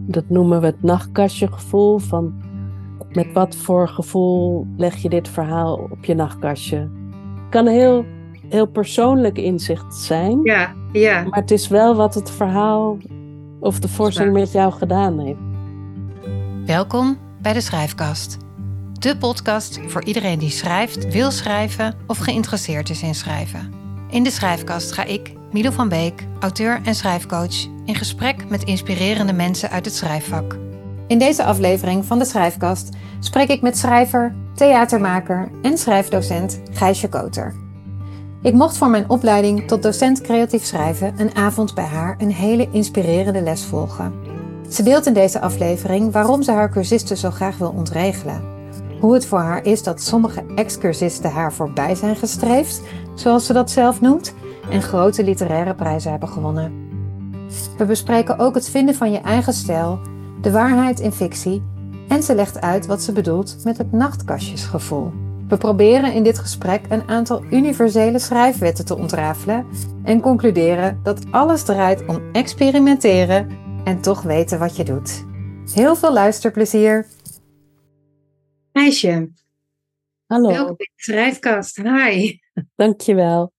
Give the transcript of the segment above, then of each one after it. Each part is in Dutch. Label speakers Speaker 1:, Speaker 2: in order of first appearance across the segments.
Speaker 1: Dat noemen we het nachtkastjegevoel. Van met wat voor gevoel leg je dit verhaal op je nachtkastje? Het kan een heel persoonlijk inzicht zijn.
Speaker 2: Ja.
Speaker 1: Maar het is wel wat het verhaal of de voorstelling met jou gedaan heeft.
Speaker 3: Welkom bij de Schrijfkast. De podcast voor iedereen die schrijft, wil schrijven of geïnteresseerd is in schrijven. In de Schrijfkast ga ik, Milo van Beek, auteur en schrijfcoach, in gesprek met inspirerende mensen uit het schrijfvak. In deze aflevering van de Schrijfkast spreek ik met schrijver, theatermaker en schrijfdocent Gijsje Koter. Ik mocht voor mijn opleiding tot docent creatief schrijven een avond bij haar een hele inspirerende les volgen. Ze deelt in deze aflevering waarom ze haar cursisten zo graag wil ontregelen. Hoe het voor haar is dat sommige ex-cursisten haar voorbij zijn gestreefd, zoals ze dat zelf noemt, en grote literaire prijzen hebben gewonnen. We bespreken ook het vinden van je eigen stijl, de waarheid in fictie en ze legt uit wat ze bedoelt met het nachtkastjesgevoel. We proberen in dit gesprek een aantal universele schrijfwetten te ontrafelen en concluderen dat alles draait om experimenteren en toch weten wat je doet. Heel veel luisterplezier!
Speaker 2: Meisje.
Speaker 1: Hallo.
Speaker 2: Welkom bij de Schrijfkast. Hi.
Speaker 1: Dankjewel.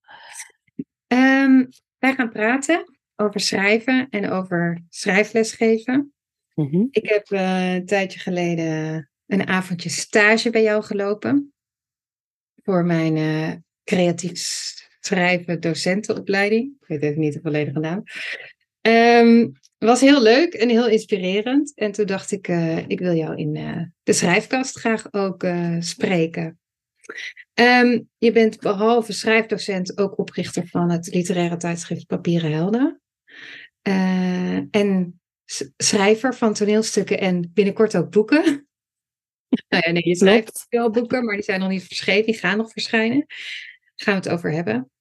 Speaker 2: Wij gaan praten over schrijven en over schrijflesgeven.
Speaker 1: Mm-hmm.
Speaker 2: Ik heb een tijdje geleden een avondje stage bij jou gelopen. Voor mijn creatief schrijven docentenopleiding. Ik weet even niet de volledige naam. Het was heel leuk en heel inspirerend. En toen dacht ik, ik wil jou in de Schrijfkast graag ook spreken. Je bent behalve schrijfdocent ook oprichter van het literaire tijdschrift Papieren Helden. En schrijver van toneelstukken en binnenkort ook boeken. Nou ja, nee, je schrijft wel boeken, maar die zijn nog niet verschenen. Die gaan nog verschijnen. Daar gaan we het over hebben.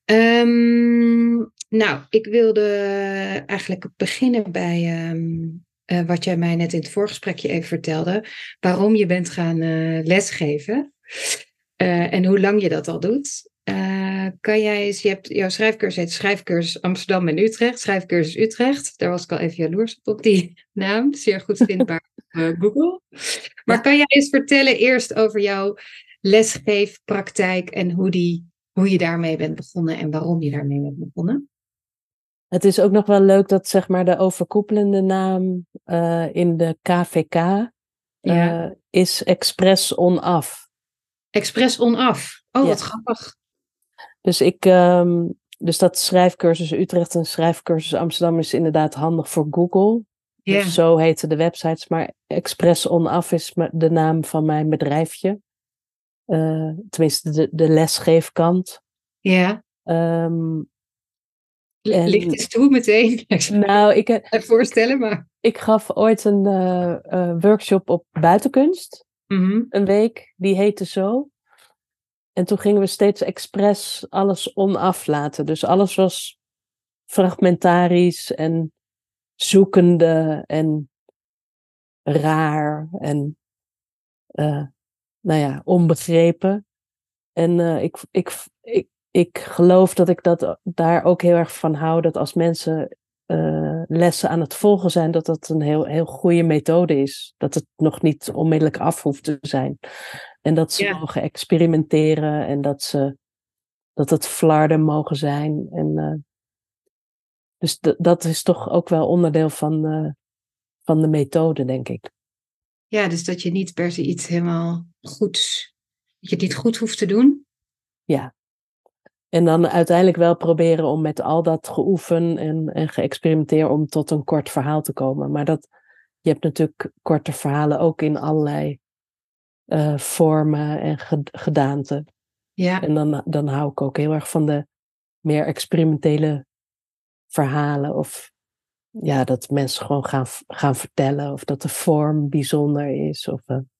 Speaker 2: Nou, ik wilde eigenlijk beginnen bij wat jij mij net in het voorgesprekje even vertelde. Waarom je bent gaan lesgeven. En hoe lang je dat al doet. Kan jij eens, je hebt jouw schrijfcursus heet Schrijfcursus Amsterdam en Utrecht. Schrijfcursus Utrecht. Daar was ik al even jaloers op die naam. Zeer goed vindbaar op Google. Maar ja. Kan jij eens vertellen eerst over jouw lesgeefpraktijk en hoe je daarmee bent begonnen en waarom je daarmee bent begonnen?
Speaker 1: Het is ook nog wel leuk dat zeg maar de overkoepelende naam in de KVK is Express On-Af.
Speaker 2: Express On-Af. Oh, wat grappig.
Speaker 1: Dus dat schrijfcursus Utrecht en schrijfcursus Amsterdam is inderdaad handig voor Google.
Speaker 2: Ja.
Speaker 1: Dus zo heten de websites. Maar Express On-Af is de naam van mijn bedrijfje. Tenminste, de lesgeefkant.
Speaker 2: Ja. Ligt eens toe meteen.
Speaker 1: Nou, ik
Speaker 2: kan voorstellen, maar...
Speaker 1: Ik gaf ooit een workshop op buitenkunst.
Speaker 2: Mm-hmm.
Speaker 1: Een week, die heette zo. En toen gingen we steeds expres alles onaf laten. Dus alles was fragmentarisch en zoekende en raar en onbegrepen. En ik geloof dat ik daar ook heel erg van hou. Dat als mensen lessen aan het volgen zijn, dat dat een heel goede methode is. Dat het nog niet onmiddellijk af hoeft te zijn. En dat ze mogen experimenteren en dat het flarden mogen zijn. En, dus dat is toch ook wel onderdeel van de methode, denk ik.
Speaker 2: Ja, dus dat je niet per se iets helemaal goeds, dat je het niet goed hoeft te doen.
Speaker 1: Ja. En dan uiteindelijk wel proberen om met al dat geoefen en geëxperimenteerd om tot een kort verhaal te komen. Maar je hebt natuurlijk korte verhalen ook in allerlei vormen en gedaanten.
Speaker 2: Ja.
Speaker 1: En dan hou ik ook heel erg van de meer experimentele verhalen. Of ja, dat mensen gewoon gaan vertellen. Of dat de vorm bijzonder is.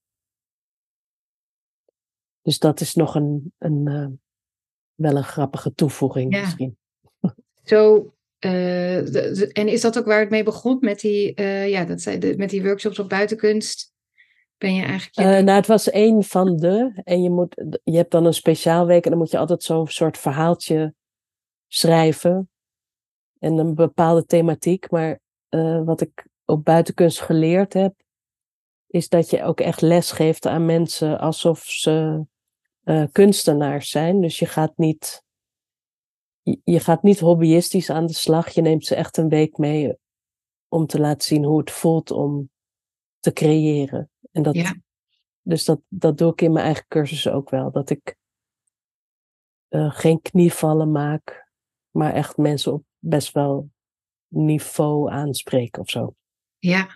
Speaker 1: Dus dat is nog wel een grappige toevoeging misschien.
Speaker 2: Zo, en is dat ook waar het mee begon met met die workshops op buitenkunst? Ben je eigenlijk...
Speaker 1: het was één van de. En je hebt dan een speciaal week en dan moet je altijd zo'n soort verhaaltje schrijven. En een bepaalde thematiek. Maar wat ik op buitenkunst geleerd heb, is dat je ook echt les geeft aan mensen alsof ze kunstenaars zijn. Dus je gaat niet hobbyistisch aan de slag. Je neemt ze echt een week mee om te laten zien hoe het voelt om te creëren. En dus dat doe ik in mijn eigen cursussen ook wel. Dat ik geen knievallen maak, maar echt mensen op best wel niveau aanspreken of zo.
Speaker 2: Ja.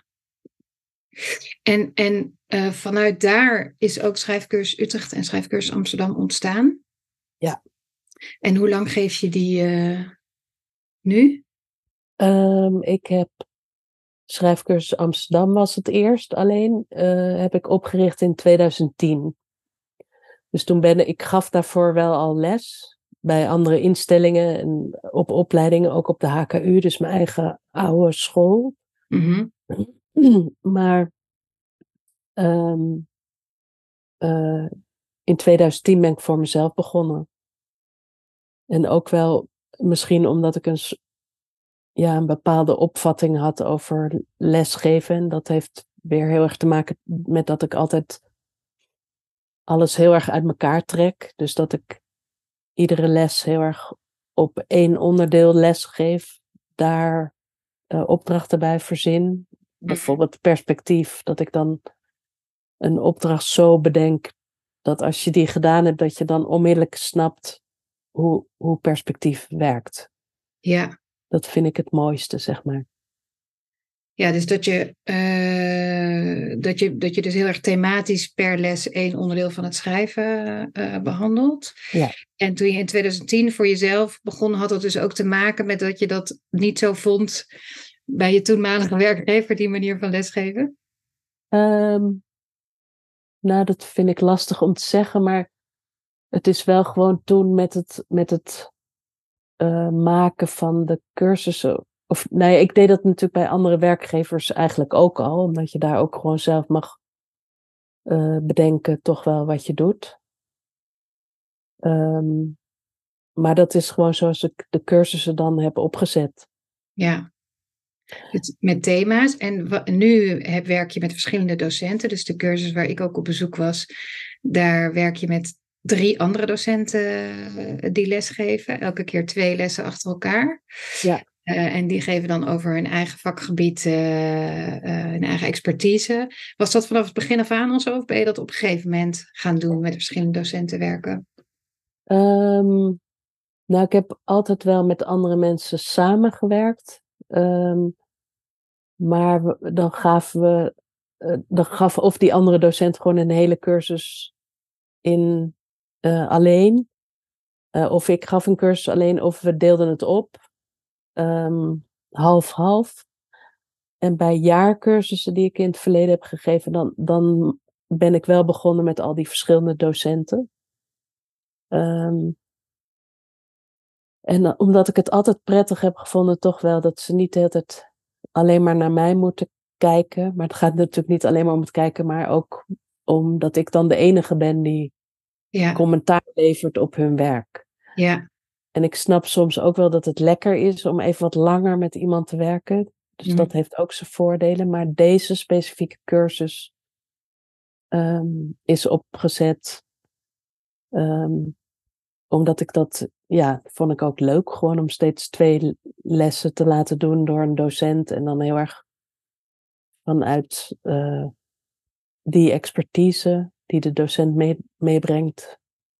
Speaker 2: En vanuit daar is ook Schrijfcursus Utrecht en Schrijfcursus Amsterdam ontstaan.
Speaker 1: Ja.
Speaker 2: En hoe lang geef je die nu?
Speaker 1: Ik heb Schrijfcursus Amsterdam was het eerst alleen. Heb ik opgericht in 2010. Dus toen ik gaf daarvoor wel al les. Bij andere instellingen en op opleidingen. Ook op de HKU, dus mijn eigen oude school.
Speaker 2: Mm-hmm.
Speaker 1: Maar in 2010 ben ik voor mezelf begonnen. En ook wel misschien omdat ik een bepaalde opvatting had over lesgeven. En dat heeft weer heel erg te maken met dat ik altijd alles heel erg uit elkaar trek. Dus dat ik iedere les heel erg op één onderdeel les geef. Daar opdrachten bij verzin. Bijvoorbeeld perspectief. Dat ik dan een opdracht zo bedenk dat als je die gedaan hebt, dat je dan onmiddellijk snapt hoe perspectief werkt.
Speaker 2: Ja.
Speaker 1: Dat vind ik het mooiste, zeg maar.
Speaker 2: Ja, dus dat je dus heel erg thematisch per les één onderdeel van het schrijven behandelt.
Speaker 1: Ja.
Speaker 2: En toen je in 2010 voor jezelf begon, had dat dus ook te maken met dat je dat niet zo vond bij je toenmalige werkgever, die manier van lesgeven?
Speaker 1: Nou, dat vind ik lastig om te zeggen, maar het is wel gewoon toen met het maken van de cursussen. Of, nou ja, ik deed dat natuurlijk bij andere werkgevers eigenlijk ook al, omdat je daar ook gewoon zelf mag bedenken toch wel wat je doet. Maar dat is gewoon zoals ik de cursussen dan heb opgezet.
Speaker 2: Ja, met thema's. En nu werk je met verschillende docenten. Dus de cursus waar ik ook op bezoek was, daar werk je met 3 andere docenten die lesgeven. Elke keer 2 lessen achter elkaar.
Speaker 1: Ja.
Speaker 2: En die geven dan over hun eigen vakgebied, hun eigen expertise. Was dat vanaf het begin af aan al zo? Of ben je dat op een gegeven moment gaan doen met verschillende docenten werken?
Speaker 1: Nou, ik heb altijd wel met andere mensen samengewerkt. Maar dan gaf of die andere docent gewoon een hele cursus in alleen. Of ik gaf een cursus alleen, of we deelden het op. Half-half. En bij jaarcursussen die ik in het verleden heb gegeven, dan ben ik wel begonnen met al die verschillende docenten. En omdat ik het altijd prettig heb gevonden, toch wel, dat ze niet altijd alleen maar naar mij moeten kijken. Maar het gaat natuurlijk niet alleen maar om het kijken, maar ook omdat ik dan de enige ben die commentaar levert op hun werk.
Speaker 2: Ja.
Speaker 1: En ik snap soms ook wel dat het lekker is om even wat langer met iemand te werken. Dus dat heeft ook zijn voordelen. Maar deze specifieke cursus is opgezet omdat ik dat, vond ik ook leuk. Gewoon om steeds 2 lessen te laten doen door een docent. En dan heel erg vanuit die expertise die de docent meebrengt.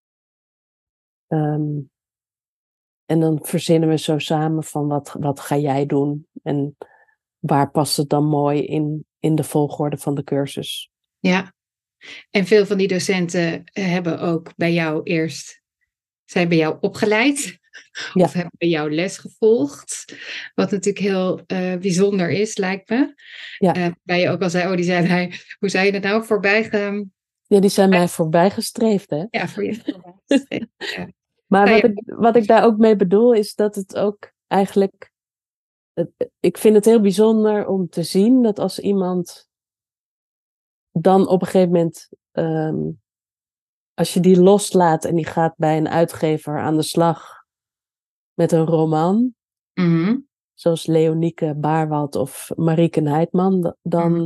Speaker 1: En dan verzinnen we zo samen van wat ga jij doen? En waar past het dan mooi in de volgorde van de cursus?
Speaker 2: Ja, en veel van die docenten hebben ook zijn bij jou opgeleid.
Speaker 1: Ja.
Speaker 2: Of hebben bij jou les gevolgd. Wat natuurlijk heel bijzonder is, lijkt me.
Speaker 1: Ja.
Speaker 2: Waar je ook al zei, die zijn mij, hoe zei je dat nou, voorbijgegaan?
Speaker 1: Ja, die zijn mij voorbijgestreefd, hè?
Speaker 2: Ja, voor je voorbijgestreefd. Ja.
Speaker 1: Maar wat ik daar ook mee bedoel, is dat het ook eigenlijk... Ik vind het heel bijzonder om te zien dat als iemand dan op een gegeven moment... als je die loslaat en die gaat bij een uitgever aan de slag met een roman...
Speaker 2: Mm-hmm.
Speaker 1: zoals Leonieke Baarwald of Marieke Heitman,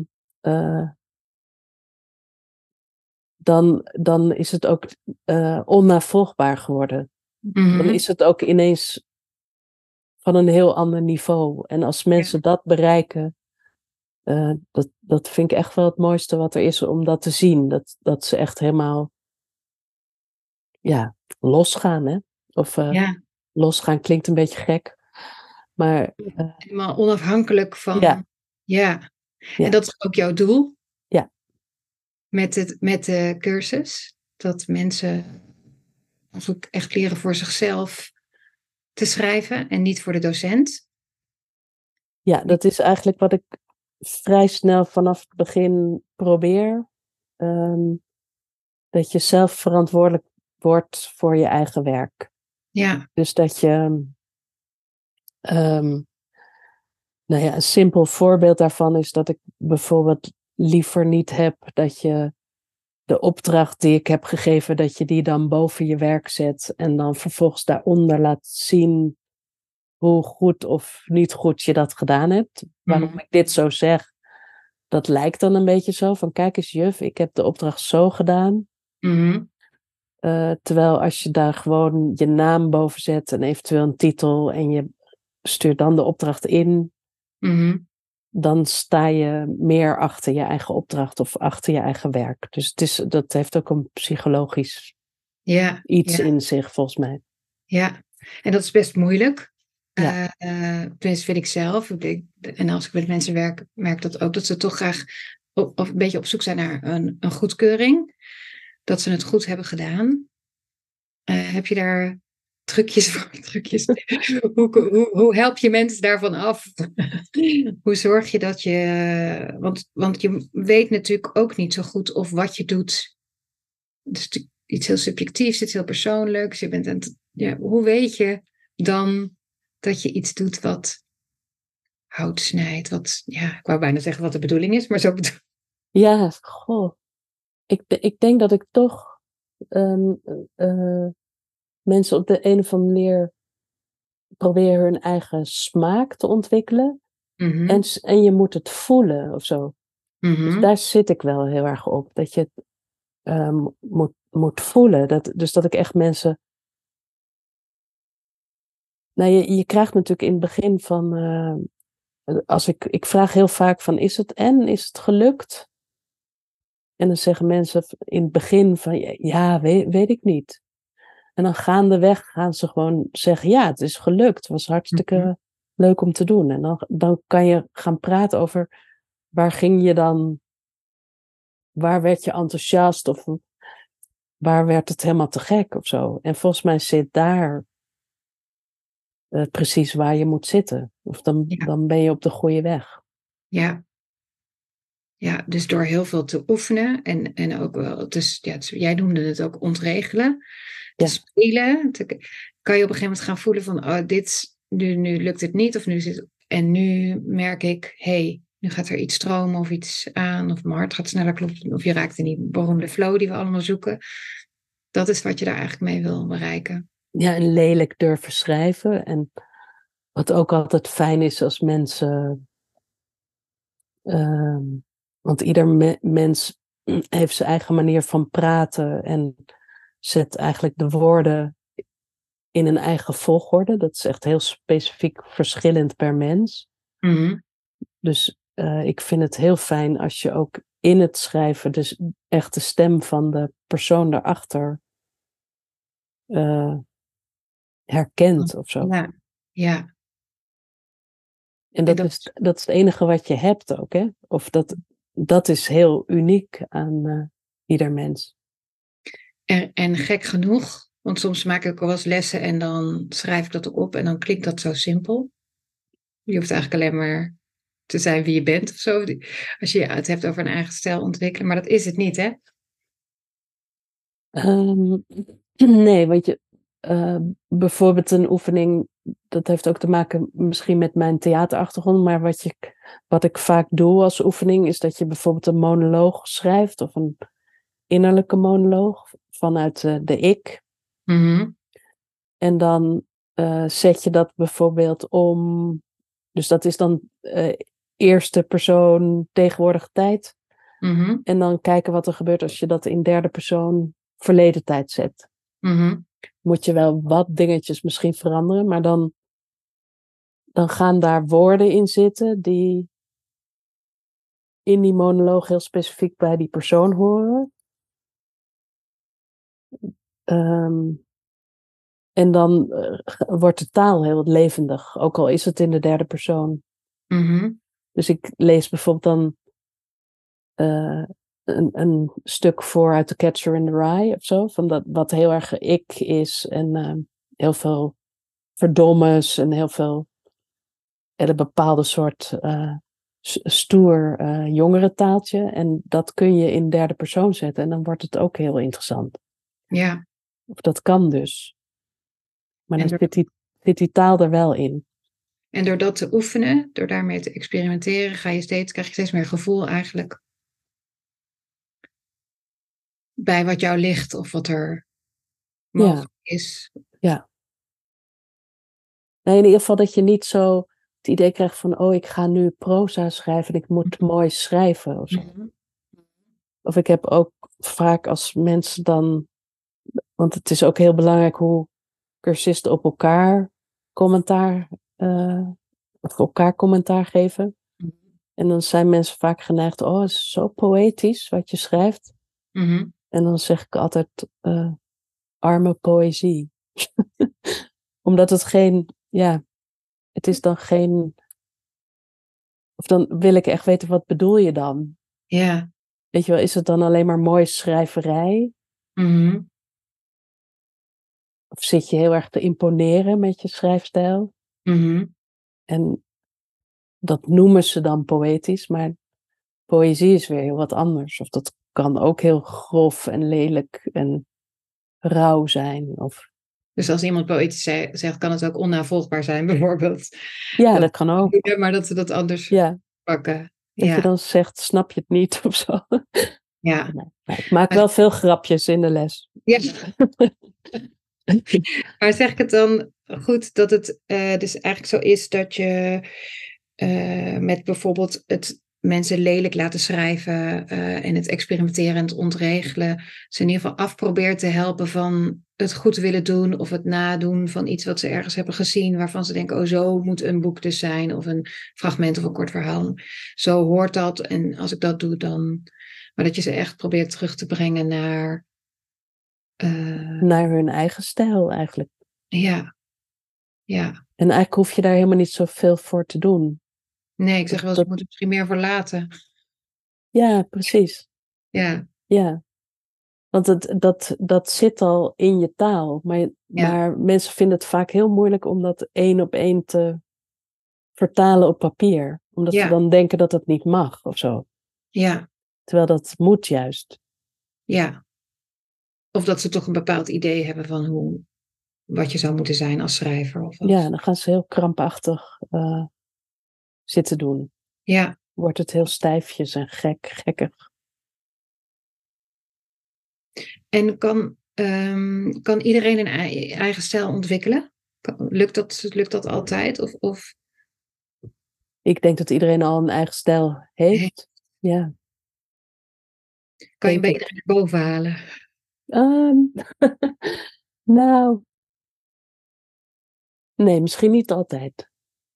Speaker 1: dan is het ook onnavolgbaar geworden. Dan is het ook ineens van een heel ander niveau. En als mensen dat bereiken, dat vind ik echt wel het mooiste wat er is om dat te zien. Dat ze echt helemaal losgaan. Hè? Of losgaan klinkt een beetje gek. Maar
Speaker 2: helemaal onafhankelijk van...
Speaker 1: Ja.
Speaker 2: En dat is ook jouw doel?
Speaker 1: Ja.
Speaker 2: Met de cursus? Dat mensen ook echt leren voor zichzelf te schrijven en niet voor de docent?
Speaker 1: Ja, dat is eigenlijk wat ik vrij snel vanaf het begin probeer. Dat je zelf verantwoordelijk wordt voor je eigen werk.
Speaker 2: Ja.
Speaker 1: Dus dat je... een simpel voorbeeld daarvan is dat ik bijvoorbeeld liever niet heb dat je de opdracht die ik heb gegeven, dat je die dan boven je werk zet en dan vervolgens daaronder laat zien hoe goed of niet goed je dat gedaan hebt. Waarom ik dit zo zeg, dat lijkt dan een beetje zo van kijk eens juf, ik heb de opdracht zo gedaan. Terwijl als je daar gewoon je naam boven zet en eventueel een titel en je stuurt dan de opdracht in, dan sta je meer achter je eigen opdracht of achter je eigen werk. Dus dat heeft ook een psychologisch iets in zich, volgens mij.
Speaker 2: Ja, en dat is best moeilijk. Tenminste vind ik zelf. En als ik met mensen werk, merk dat ook. Dat ze toch graag of een beetje op zoek zijn naar een goedkeuring. Dat ze het goed hebben gedaan. Heb je daar trucjes voor? Hoe help je mensen daarvan af? Hoe zorg je dat je... Want je weet natuurlijk ook niet zo goed of wat je doet. Het is iets heel subjectiefs, iets heel persoonlijks. Je bent hoe weet je dan dat je iets doet wat hout snijdt? Ik wou bijna zeggen wat de bedoeling is, maar zo bedoel ik.
Speaker 1: Ja, goh. Ik denk dat ik toch mensen op de een of andere manier probeer hun eigen smaak te ontwikkelen. En je moet het voelen of zo. Dus daar zit ik wel heel erg op. Dat je het moet voelen. Dus dat ik echt mensen... Nou, je krijgt natuurlijk in het begin van... ik vraag heel vaak van, is het gelukt? En dan zeggen mensen in het begin van, ja, weet ik niet. En dan gaandeweg gaan ze gewoon zeggen, ja, het is gelukt. Het was hartstikke leuk om te doen. En dan kan je gaan praten over, waar werd je enthousiast of waar werd het helemaal te gek of zo. En volgens mij zit daar precies waar je moet zitten. Of dan ben je op de goede weg.
Speaker 2: Ja. Ja, dus door heel veel te oefenen en ook wel, jij noemde het ook ontregelen, te spelen, kan je op een gegeven moment gaan voelen van, nu lukt het niet, of en nu merk ik, nu gaat er iets stromen of iets aan, of mijn hart gaat sneller kloppen, of je raakt in die beroemde flow die we allemaal zoeken. Dat is wat je daar eigenlijk mee wil bereiken.
Speaker 1: Ja, en lelijk durven schrijven. En wat ook altijd fijn is als mensen... want ieder mens heeft zijn eigen manier van praten en zet eigenlijk de woorden in een eigen volgorde. Dat is echt heel specifiek verschillend per mens. Dus ik vind het heel fijn als je ook in het schrijven dus echt de stem van de persoon daarachter herkent of zo.
Speaker 2: Ja.
Speaker 1: En dat is het enige wat je hebt ook, hè? Of dat is heel uniek aan ieder mens.
Speaker 2: En gek genoeg, want soms maak ik ook wel eens lessen en dan schrijf ik dat ook op en dan klinkt dat zo simpel. Je hoeft eigenlijk alleen maar te zijn wie je bent of zo. Als je het hebt over een eigen stijl ontwikkelen, maar dat is het niet, hè?
Speaker 1: Nee, want bijvoorbeeld een oefening, dat heeft ook te maken misschien met mijn theaterachtergrond, maar wat ik vaak doe als oefening is dat je bijvoorbeeld een monoloog schrijft of een innerlijke monoloog vanuit de ik. En dan zet je dat bijvoorbeeld om Dus dat is dan eerste persoon tegenwoordige tijd.
Speaker 2: Mhm.
Speaker 1: En dan kijken wat er gebeurt als je dat in derde persoon verleden tijd zet.
Speaker 2: Mhm.
Speaker 1: Moet je wel wat dingetjes misschien veranderen, maar dan gaan daar woorden in zitten die in die monoloog heel specifiek bij die persoon horen. En dan wordt de taal heel levendig, ook al is het in de derde persoon.
Speaker 2: Mhm.
Speaker 1: Dus ik lees bijvoorbeeld dan een stuk voor uit The Catcher in the Rye of zo, van dat, wat heel erg ik is en heel veel verdommes en heel veel een bepaalde soort stoer jongerentaaltje. En dat kun je in derde persoon zetten en dan wordt het ook heel interessant.
Speaker 2: Ja.
Speaker 1: Of dat kan dus. Maar
Speaker 2: En
Speaker 1: dan zit die taal er wel in.
Speaker 2: En door dat te oefenen, door daarmee te experimenteren, krijg je steeds meer gevoel eigenlijk bij wat jou ligt of wat er mogelijk is.
Speaker 1: Ja. Nee, in ieder geval dat je niet zo het idee krijgt van, oh, ik ga nu proza schrijven en ik moet mooi schrijven. Of zo.
Speaker 2: Mhm.
Speaker 1: Of ik heb ook vaak als mensen dan, want het is ook heel belangrijk hoe cursisten op elkaar commentaar geven.
Speaker 2: Mhm.
Speaker 1: En dan zijn mensen vaak geneigd, oh, het is zo poëtisch wat je schrijft.
Speaker 2: Mhm.
Speaker 1: En dan zeg ik altijd, arme poëzie. Omdat het het is dan geen, of dan wil ik echt weten, wat bedoel je dan?
Speaker 2: Ja.
Speaker 1: Weet je wel, is het dan alleen maar mooie schrijverij?
Speaker 2: Mhm.
Speaker 1: Of zit je heel erg te imponeren met je schrijfstijl?
Speaker 2: Mhm.
Speaker 1: En dat noemen ze dan poëtisch, maar poëzie is weer heel wat anders. Of dat kan ook heel grof en lelijk en rauw zijn. Of...
Speaker 2: Dus als iemand poëtisch zegt, kan het ook onnavolgbaar zijn, bijvoorbeeld.
Speaker 1: Ja, dat kan ook.
Speaker 2: Maar dat ze dat anders
Speaker 1: Ja,
Speaker 2: pakken.
Speaker 1: dat je
Speaker 2: Ja.
Speaker 1: dan zegt, snap je het niet of zo.
Speaker 2: Ja.
Speaker 1: Nee, maar ik maak wel veel grapjes in de les.
Speaker 2: Ja. Maar zeg ik het dan goed dat het dus eigenlijk zo is dat je met bijvoorbeeld het mensen lelijk laten schrijven en het experimenteren en het ontregelen, ze in ieder geval afprobeert te helpen van het goed willen doen of het nadoen van iets wat ze ergens hebben gezien, waarvan ze denken, oh, zo moet een boek dus zijn of een fragment of een kort verhaal. Zo hoort dat en als ik dat doe dan... Maar dat je ze echt probeert terug te brengen naar...
Speaker 1: Naar hun eigen stijl eigenlijk.
Speaker 2: Ja, ja.
Speaker 1: En eigenlijk hoef je daar helemaal niet zoveel voor te doen.
Speaker 2: Nee, ik zeg wel eens, ik moet er misschien meer voor laten.
Speaker 1: Ja, precies.
Speaker 2: Ja.
Speaker 1: Ja. Want dat zit al in je taal. Maar mensen vinden het vaak heel moeilijk om dat 1 op 1 te vertalen op papier. Omdat ze dan denken dat het niet mag of zo.
Speaker 2: Ja.
Speaker 1: Terwijl dat moet juist.
Speaker 2: Ja. Of dat ze toch een bepaald idee hebben van wat je zou moeten zijn als schrijver. Of als...
Speaker 1: Ja, dan gaan ze heel krampachtig zitten doen.
Speaker 2: Ja.
Speaker 1: Wordt het heel stijfjes en gekkig.
Speaker 2: En kan iedereen een eigen stijl ontwikkelen? Lukt dat altijd? Of...
Speaker 1: Ik denk dat iedereen al een eigen stijl heeft. Ja.
Speaker 2: Kan je bij iedereen boven halen?
Speaker 1: Nou, nee, misschien niet altijd.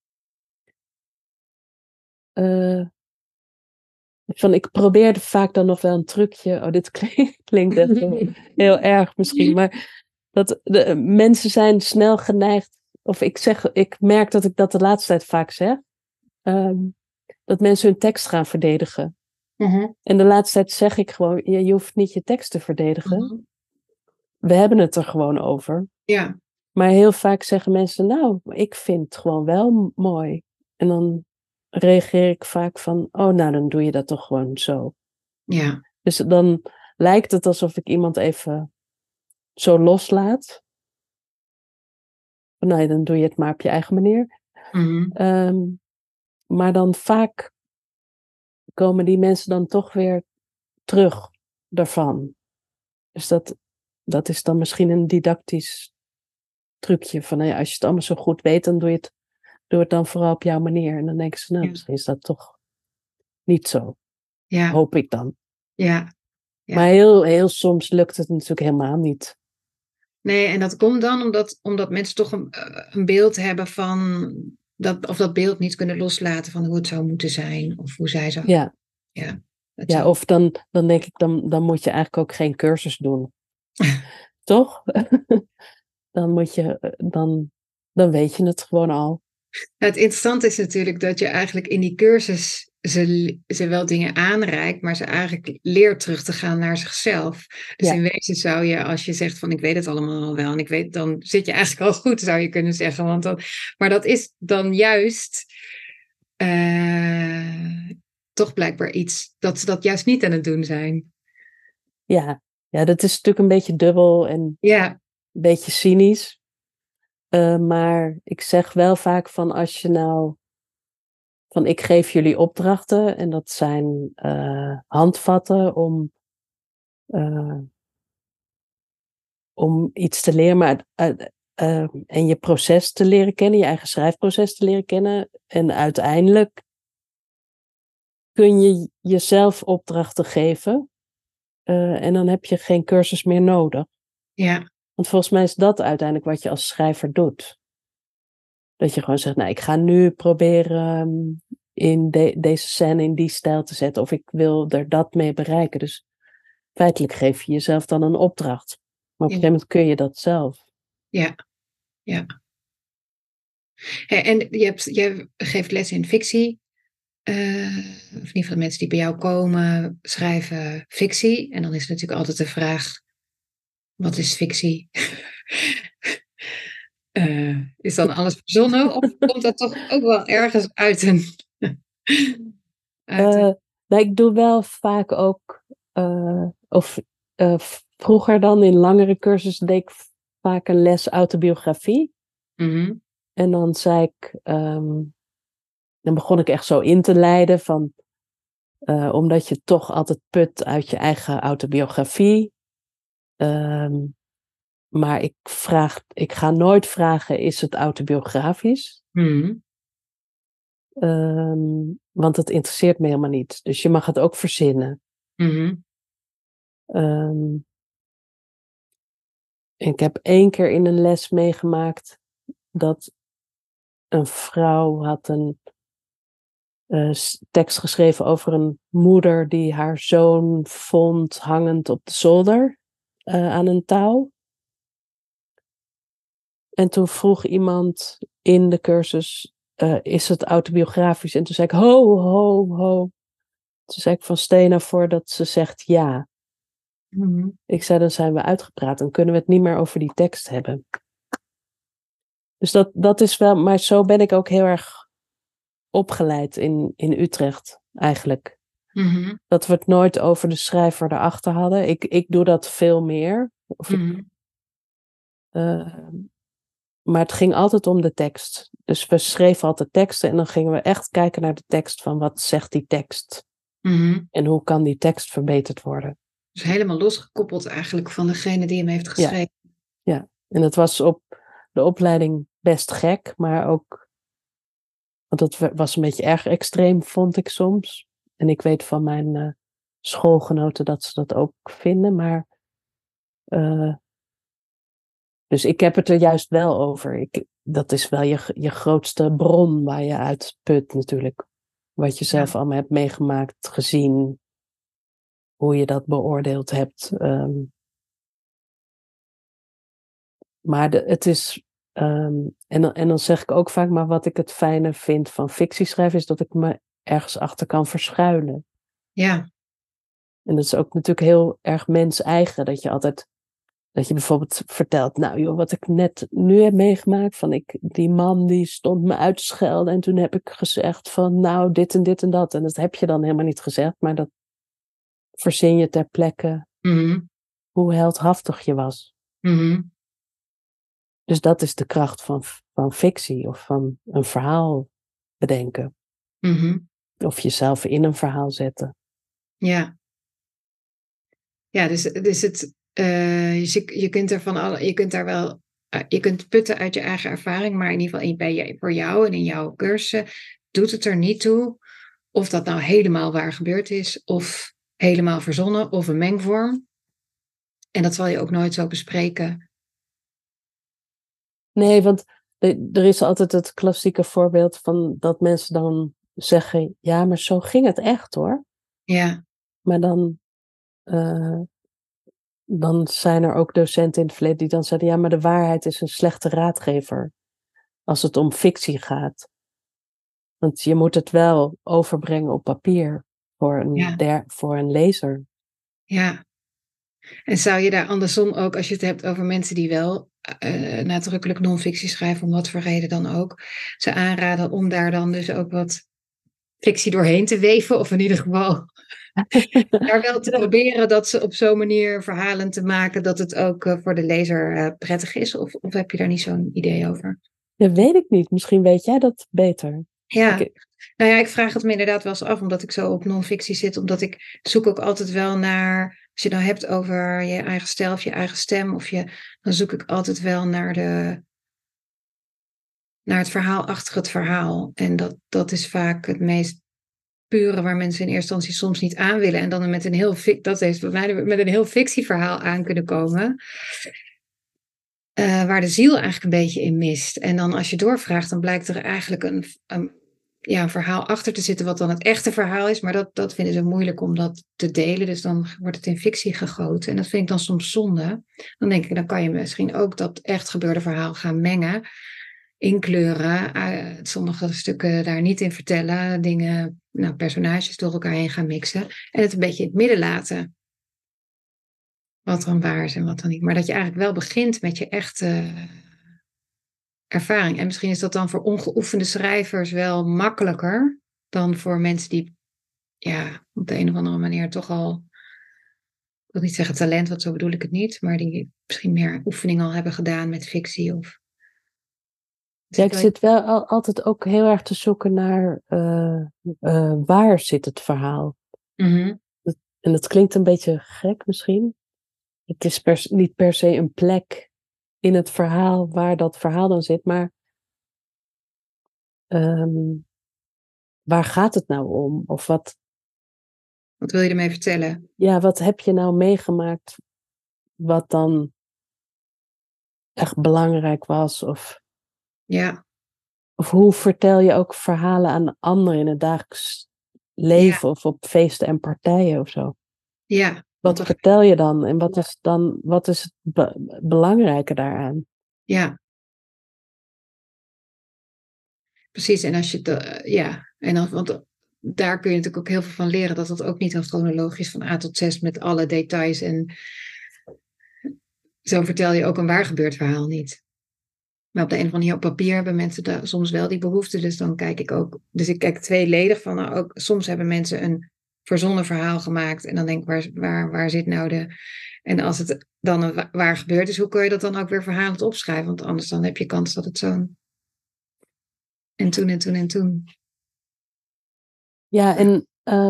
Speaker 1: Ik probeerde vaak dan nog wel een trucje. Oh, dit klinkt echt heel erg misschien. Maar dat de mensen zijn snel geneigd. Of ik merk dat ik dat de laatste tijd vaak zeg. Dat mensen hun tekst gaan verdedigen.
Speaker 2: Uh-huh.
Speaker 1: En de laatste tijd zeg ik gewoon, je hoeft niet je tekst te verdedigen. Uh-huh. We hebben het er gewoon over.
Speaker 2: Ja.
Speaker 1: Maar heel vaak zeggen mensen, nou, ik vind het gewoon wel mooi. En dan reageer ik vaak van, oh, nou, dan doe je dat toch gewoon zo.
Speaker 2: Ja.
Speaker 1: Dus dan lijkt het alsof ik iemand even zo loslaat. Nou, dan doe je het maar op je eigen manier.
Speaker 2: Uh-huh.
Speaker 1: Maar dan vaak komen die mensen dan toch weer terug daarvan. Dus dat is dan misschien een didactisch trucje van, als je het allemaal zo goed weet, dan doe je doe het dan vooral op jouw manier. En dan denken ze, nou,
Speaker 2: Ja.
Speaker 1: misschien is dat toch niet zo.
Speaker 2: Ja,
Speaker 1: Hoop ik dan.
Speaker 2: ja. Ja.
Speaker 1: Maar heel, heel soms lukt het natuurlijk helemaal niet.
Speaker 2: Nee, en dat komt dan omdat mensen toch een beeld hebben van dat beeld niet kunnen loslaten van hoe het zou moeten zijn. Of hoe zij zou.
Speaker 1: Ja,
Speaker 2: Ja,
Speaker 1: ja of dan denk ik, dan moet je eigenlijk ook geen cursus doen. Toch? Dan moet je, dan weet je het gewoon al.
Speaker 2: Het interessante is natuurlijk dat je eigenlijk in die cursus ze wel dingen aanreikt, maar ze eigenlijk leert terug te gaan naar zichzelf. Dus
Speaker 1: Ja.
Speaker 2: in wezen zou je, als je zegt van ik weet het allemaal al wel en ik weet, dan zit je eigenlijk al goed, zou je kunnen zeggen. Maar dat is dan juist toch blijkbaar iets dat ze dat juist niet aan het doen zijn.
Speaker 1: Ja, dat is natuurlijk een beetje dubbel en
Speaker 2: Ja,
Speaker 1: een beetje cynisch. Maar ik zeg wel vaak van als je nou van ik geef jullie opdrachten en dat zijn handvatten om iets te leren, maar en je proces te leren kennen, je eigen schrijfproces te leren kennen. En uiteindelijk kun je jezelf opdrachten geven en dan heb je geen cursus meer nodig.
Speaker 2: ja,
Speaker 1: Want volgens mij is dat uiteindelijk wat je als schrijver doet. Dat je gewoon zegt, nou, ik ga nu proberen in deze scène in die stijl te zetten. Of ik wil er dat mee bereiken. Dus feitelijk geef je jezelf dan een opdracht. Maar op een gegeven moment kun je dat zelf.
Speaker 2: ja, ja. Hey, en jij geeft les in fictie. Of in ieder geval mensen die bij jou komen schrijven fictie. En dan is natuurlijk altijd de vraag, wat is fictie? Is dan alles verzonnen of komt dat toch ook wel ergens uit een...
Speaker 1: Nou, ik doe wel vaak ook, vroeger dan in langere cursussen deed ik vaak een les autobiografie.
Speaker 2: Mhm.
Speaker 1: En dan zei ik, dan begon ik echt zo in te leiden van, omdat je toch altijd put uit je eigen autobiografie. Maar ik ga nooit vragen, is het autobiografisch?
Speaker 2: Mhm.
Speaker 1: Want het interesseert me helemaal niet. Dus je mag het ook verzinnen.
Speaker 2: Mhm.
Speaker 1: Ik heb 1 keer in een les meegemaakt dat een vrouw had een tekst geschreven over een moeder die haar zoon vond hangend op de zolder aan een touw. En toen vroeg iemand in de cursus, is het autobiografisch? En toen zei ik, ho, ho, ho. Toen zei ik van Stena voor dat ze zegt ja.
Speaker 2: Mhm.
Speaker 1: Ik zei, dan zijn we uitgepraat. Dan kunnen we het niet meer over die tekst hebben. Dus dat is wel, maar zo ben ik ook heel erg opgeleid in Utrecht eigenlijk.
Speaker 2: Mhm.
Speaker 1: Dat we het nooit over de schrijver erachter hadden. Ik doe dat veel meer.
Speaker 2: Mhm.
Speaker 1: Maar het ging altijd om de tekst. Dus we schreven altijd teksten en dan gingen we echt kijken naar de tekst van wat zegt die tekst?
Speaker 2: Mhm.
Speaker 1: En hoe kan die tekst verbeterd worden?
Speaker 2: Dus helemaal losgekoppeld eigenlijk van degene die hem heeft geschreven.
Speaker 1: Ja. En het was op de opleiding best gek, maar ook, want het was een beetje erg extreem, vond ik soms. En ik weet van mijn schoolgenoten dat ze dat ook vinden, maar dus ik heb het er juist wel over. Dat is wel je grootste bron waar je uit put natuurlijk. Wat je zelf allemaal hebt meegemaakt, gezien, hoe je dat beoordeeld hebt. Maar het is, en dan zeg ik ook vaak, maar wat ik het fijne vind van fictieschrijven is dat ik me ergens achter kan verschuilen.
Speaker 2: Ja.
Speaker 1: En dat is ook natuurlijk heel erg mens-eigen, dat je bijvoorbeeld vertelt, nou joh, wat ik net nu heb meegemaakt, van die man die stond me uit te schelden en toen heb ik gezegd van nou dit en dit en dat. En dat heb je dan helemaal niet gezegd, maar dat verzin je ter plekke
Speaker 2: Mhm.
Speaker 1: hoe heldhaftig je was.
Speaker 2: Mhm.
Speaker 1: Dus dat is de kracht van fictie of van een verhaal bedenken.
Speaker 2: Mhm.
Speaker 1: Of jezelf in een verhaal zetten.
Speaker 2: Ja. Ja, dus je kunt er je kunt daar wel je kunt putten uit je eigen ervaring, maar in ieder geval voor jou en in jouw cursussen doet het er niet toe of dat nou helemaal waar gebeurd is, of helemaal verzonnen, of een mengvorm. En dat zal je ook nooit zo bespreken.
Speaker 1: Nee, want er is altijd het klassieke voorbeeld van dat mensen dan zeggen, ja, maar zo ging het echt hoor.
Speaker 2: Ja,
Speaker 1: Maar dan zijn er ook docenten in het verleden die dan zeiden, ja, maar de waarheid is een slechte raadgever als het om fictie gaat. Want je moet het wel overbrengen op papier voor een lezer.
Speaker 2: ja. En zou je daar andersom ook, als je het hebt over mensen die wel nadrukkelijk non-fictie schrijven, om wat voor reden dan ook, ze aanraden om daar dan dus ook wat fictie doorheen te weven, of in ieder geval daar wel te proberen dat ze op zo'n manier verhalen te maken dat het ook voor de lezer prettig is? Of heb je daar niet zo'n idee over?
Speaker 1: Dat weet ik niet. Misschien weet jij dat beter.
Speaker 2: Ja, nou ja, ik vraag het me inderdaad wel eens af, omdat ik zo op non-fictie zit, omdat ik zoek ook altijd wel naar, als je het nou hebt over je eigen stijl of je eigen stem, dan zoek ik altijd wel naar het verhaal achter het verhaal. En dat is vaak het meest pure waar mensen in eerste instantie soms niet aan willen. En dan met een heel fictieverhaal aan kunnen komen. Waar de ziel eigenlijk een beetje in mist. En dan als je doorvraagt, dan blijkt er eigenlijk een verhaal achter te zitten wat dan het echte verhaal is. Maar dat vinden ze moeilijk om dat te delen. Dus dan wordt het in fictie gegoten. En dat vind ik dan soms zonde. Dan denk ik, dan kan je misschien ook dat echt gebeurde verhaal gaan mengen. Inkleuren, sommige stukken daar niet in vertellen. Dingen, personages door elkaar heen gaan mixen. En het een beetje in het midden laten. Wat dan waar is en wat dan niet. Maar dat je eigenlijk wel begint met je echte ervaring. En misschien is dat dan voor ongeoefende schrijvers wel makkelijker dan voor mensen die op de een of andere manier toch al, ik wil niet zeggen talent, want zo bedoel ik het niet, maar die misschien meer oefening al hebben gedaan met fictie.
Speaker 1: Ja, ik zit wel altijd ook heel erg te zoeken naar waar zit het verhaal.
Speaker 2: Mm-hmm.
Speaker 1: En dat klinkt een beetje gek misschien. Het is niet per se een plek in het verhaal waar dat verhaal dan zit, maar waar gaat het nou om? Of wat
Speaker 2: wil je ermee vertellen?
Speaker 1: Ja, wat heb je nou meegemaakt wat dan echt belangrijk was? Of hoe vertel je ook verhalen aan anderen in het dagelijks leven of op feesten en partijen of zo?
Speaker 2: Ja.
Speaker 1: Wat vertel je dan en wat is het belangrijke daaraan?
Speaker 2: Ja. Precies, en als je want daar kun je natuurlijk ook heel veel van leren, dat dat ook niet dan chronologisch van A tot Z met alle details en zo vertel je ook een waar gebeurd verhaal niet. Maar op de een of andere manier op papier hebben mensen soms wel die behoefte, dus dan kijk ik ook, dus ik kijk tweeledig van, ook soms hebben mensen een verzonnen verhaal gemaakt en dan denk ik, waar zit nou en als het dan een waar gebeurd is, hoe kun je dat dan ook weer verhalend opschrijven, want anders dan heb je kans dat het zo'n en toen.
Speaker 1: Ja, en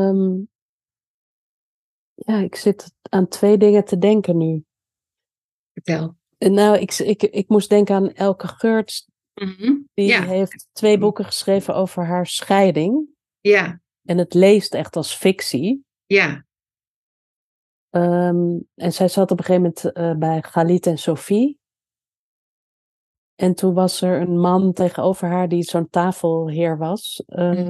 Speaker 1: ik zit aan 2 dingen te denken nu.
Speaker 2: Vertel.
Speaker 1: Nou, ik moest denken aan Elke Geurts.
Speaker 2: Mm-hmm.
Speaker 1: Die heeft 2 boeken geschreven over haar scheiding.
Speaker 2: Ja.
Speaker 1: En het leest echt als fictie.
Speaker 2: Ja.
Speaker 1: En zij zat op een gegeven moment bij Galit en Sophie. En toen was er een man tegenover haar die zo'n tafelheer was.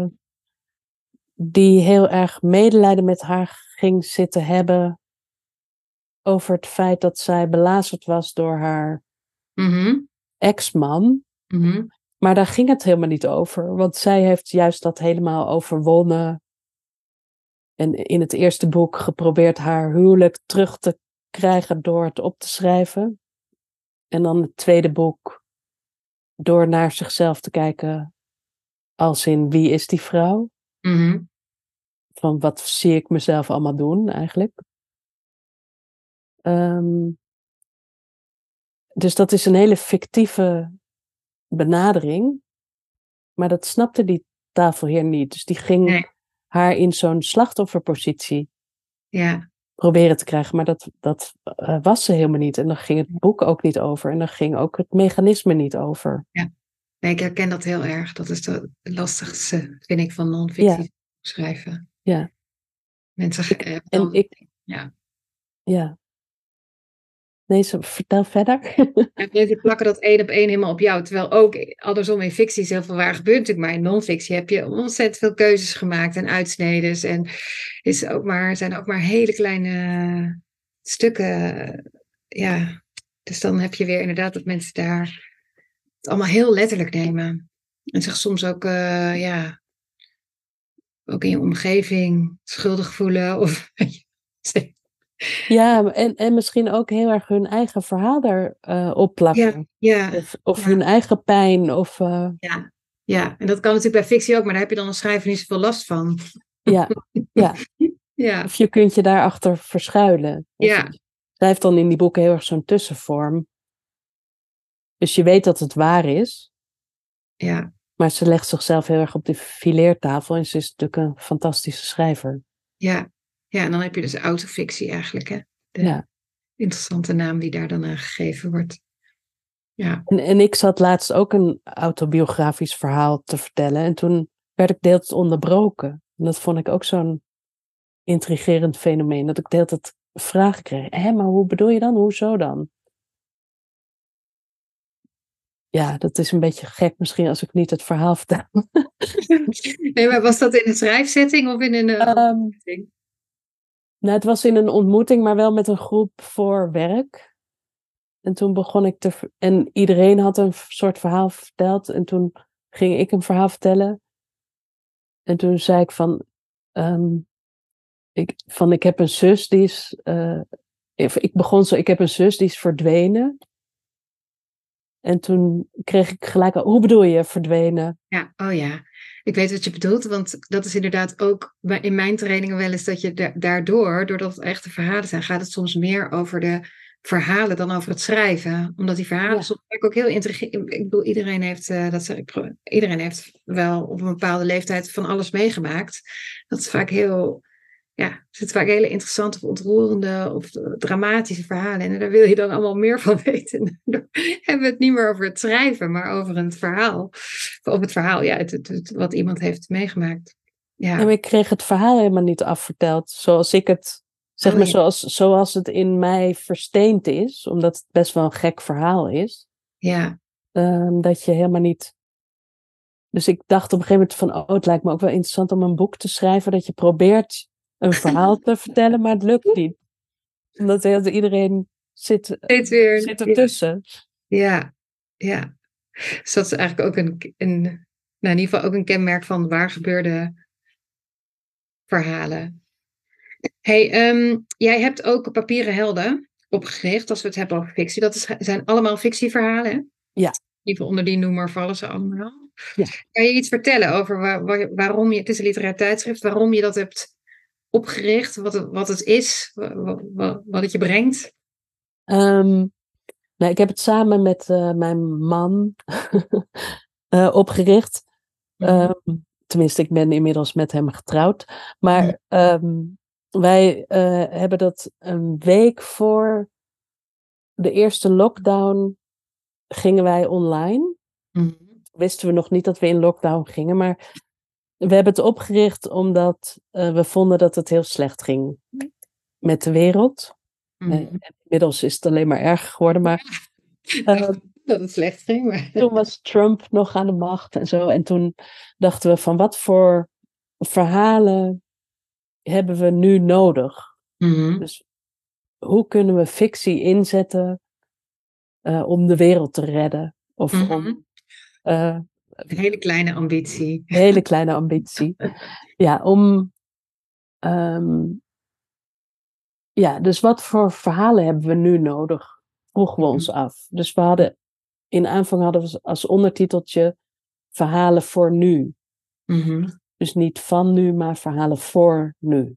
Speaker 1: Die heel erg medelijden met haar ging zitten hebben over het feit dat zij belazerd was door haar ex-man.
Speaker 2: Mm-hmm.
Speaker 1: Maar daar ging het helemaal niet over. Want zij heeft juist dat helemaal overwonnen. En in het eerste boek geprobeerd haar huwelijk terug te krijgen door het op te schrijven. En dan het tweede boek door naar zichzelf te kijken als in wie is die vrouw?
Speaker 2: Mm-hmm.
Speaker 1: Van wat zie ik mezelf allemaal doen eigenlijk? Dus dat is een hele fictieve benadering. Maar dat snapte die tafelheer niet. Dus die ging haar in zo'n slachtofferpositie proberen te krijgen. Maar dat was ze helemaal niet. En dan ging het boek ook niet over. En dan ging ook het mechanisme niet over.
Speaker 2: Ja. Nee, ik herken dat heel erg. Dat is het lastigste, vind ik, van
Speaker 1: Ja,
Speaker 2: non-fictie schrijven.
Speaker 1: ja.
Speaker 2: Mensen ja.
Speaker 1: Ja. Nee, vertel verder.
Speaker 2: En mensen plakken dat 1 op 1 helemaal op jou. Terwijl ook andersom in fictie is heel veel waar gebeurt natuurlijk. Maar in non-fictie heb je ontzettend veel keuzes gemaakt en uitsnedens. En zijn ook maar hele kleine stukken. Ja, dus dan heb je weer inderdaad dat mensen daar het allemaal heel letterlijk nemen. En zich soms ook, ook in je omgeving schuldig voelen. Of,
Speaker 1: Ja, en misschien ook heel erg hun eigen verhaal erop plakken.
Speaker 2: Ja.
Speaker 1: Of hun eigen pijn. Of,
Speaker 2: Ja, en dat kan natuurlijk bij fictie ook, maar daar heb je dan als schrijver niet zoveel last van.
Speaker 1: ja.
Speaker 2: Ja.
Speaker 1: Of je kunt je daarachter verschuilen.
Speaker 2: Ja.
Speaker 1: Je schrijft dan in die boeken heel erg zo'n tussenvorm. Dus je weet dat het waar is.
Speaker 2: Ja.
Speaker 1: Maar ze legt zichzelf heel erg op de fileertafel. En ze is natuurlijk een fantastische schrijver.
Speaker 2: Ja, en dan heb je dus autofictie eigenlijk, hè? De interessante naam die daar dan aan gegeven wordt. Ja.
Speaker 1: En ik zat laatst ook een autobiografisch verhaal te vertellen. En toen werd ik de hele tijd onderbroken. En dat vond ik ook zo'n intrigerend fenomeen. Dat ik de hele tijd vragen kreeg. Maar hoe bedoel je dan? Hoezo dan? Ja, dat is een beetje gek misschien als ik niet het verhaal vertel.
Speaker 2: Nee, maar was dat in een schrijfzetting of in een ontmoeting?
Speaker 1: Nou, het was in een ontmoeting, maar wel met een groep voor werk. En toen begon ik en iedereen had een soort verhaal verteld. En toen ging ik een verhaal vertellen. En toen zei ik ik heb een zus die is... ik begon zo, ik heb een zus die is verdwenen. En toen kreeg ik gelijk al, hoe bedoel je verdwenen?
Speaker 2: Ja, oh ja. Ik weet wat je bedoelt, want dat is inderdaad ook in mijn trainingen wel eens dat je doordat het echte verhalen zijn, gaat het soms meer over de verhalen dan over het schrijven. Omdat die verhalen soms ook heel intrigerend. Ik bedoel, iedereen heeft wel op een bepaalde leeftijd van alles meegemaakt. Dat is vaak er zitten vaak hele interessante of ontroerende of dramatische verhalen in. En daar wil je dan allemaal meer van weten. Dan hebben we het niet meer over het schrijven, maar over het verhaal. Of het verhaal, wat iemand heeft meegemaakt. Ja.
Speaker 1: En ik kreeg het verhaal helemaal niet afverteld. Zoals ik het, zoals het in mij versteend is. Omdat het best wel een gek verhaal is.
Speaker 2: Ja.
Speaker 1: Dat je helemaal niet... Dus ik dacht op een gegeven moment van, het lijkt me ook wel interessant om een boek te schrijven. Dat je probeert een verhaal te vertellen, maar het lukt niet. Omdat iedereen zit ertussen.
Speaker 2: Ja. Dus dat is eigenlijk ook in ieder geval ook een kenmerk van waar gebeurde verhalen. Hey, jij hebt ook Papieren Helden opgericht, als we het hebben over fictie. Dat zijn allemaal fictieverhalen, hè?
Speaker 1: Ja.
Speaker 2: Even onder die noemer vallen ze allemaal.
Speaker 1: Ja.
Speaker 2: Kan je iets vertellen over waarom het is een literair tijdschrift, waarom je dat hebt opgericht, wat het is, wat het je brengt?
Speaker 1: Ik heb het samen met mijn man opgericht. Tenminste, ik ben inmiddels met hem getrouwd. Maar wij hebben dat een week voor de eerste lockdown gingen wij online. Wisten we nog niet dat we in lockdown gingen, maar we hebben het opgericht omdat we vonden dat het heel slecht ging met de wereld. Inmiddels is het alleen maar erger geworden, maar
Speaker 2: dat het slecht ging. Maar...
Speaker 1: Toen was Trump nog aan de macht en zo. En toen dachten we van wat voor verhalen hebben we nu nodig? Dus hoe kunnen we fictie inzetten om de wereld te redden? Of om...
Speaker 2: een hele kleine ambitie.
Speaker 1: Een hele kleine ambitie. Ja, om... dus wat voor verhalen hebben we nu nodig? Vroegen we ons af. Dus in aanvang hadden we als ondertiteltje verhalen voor nu. Dus niet van nu, maar verhalen voor nu.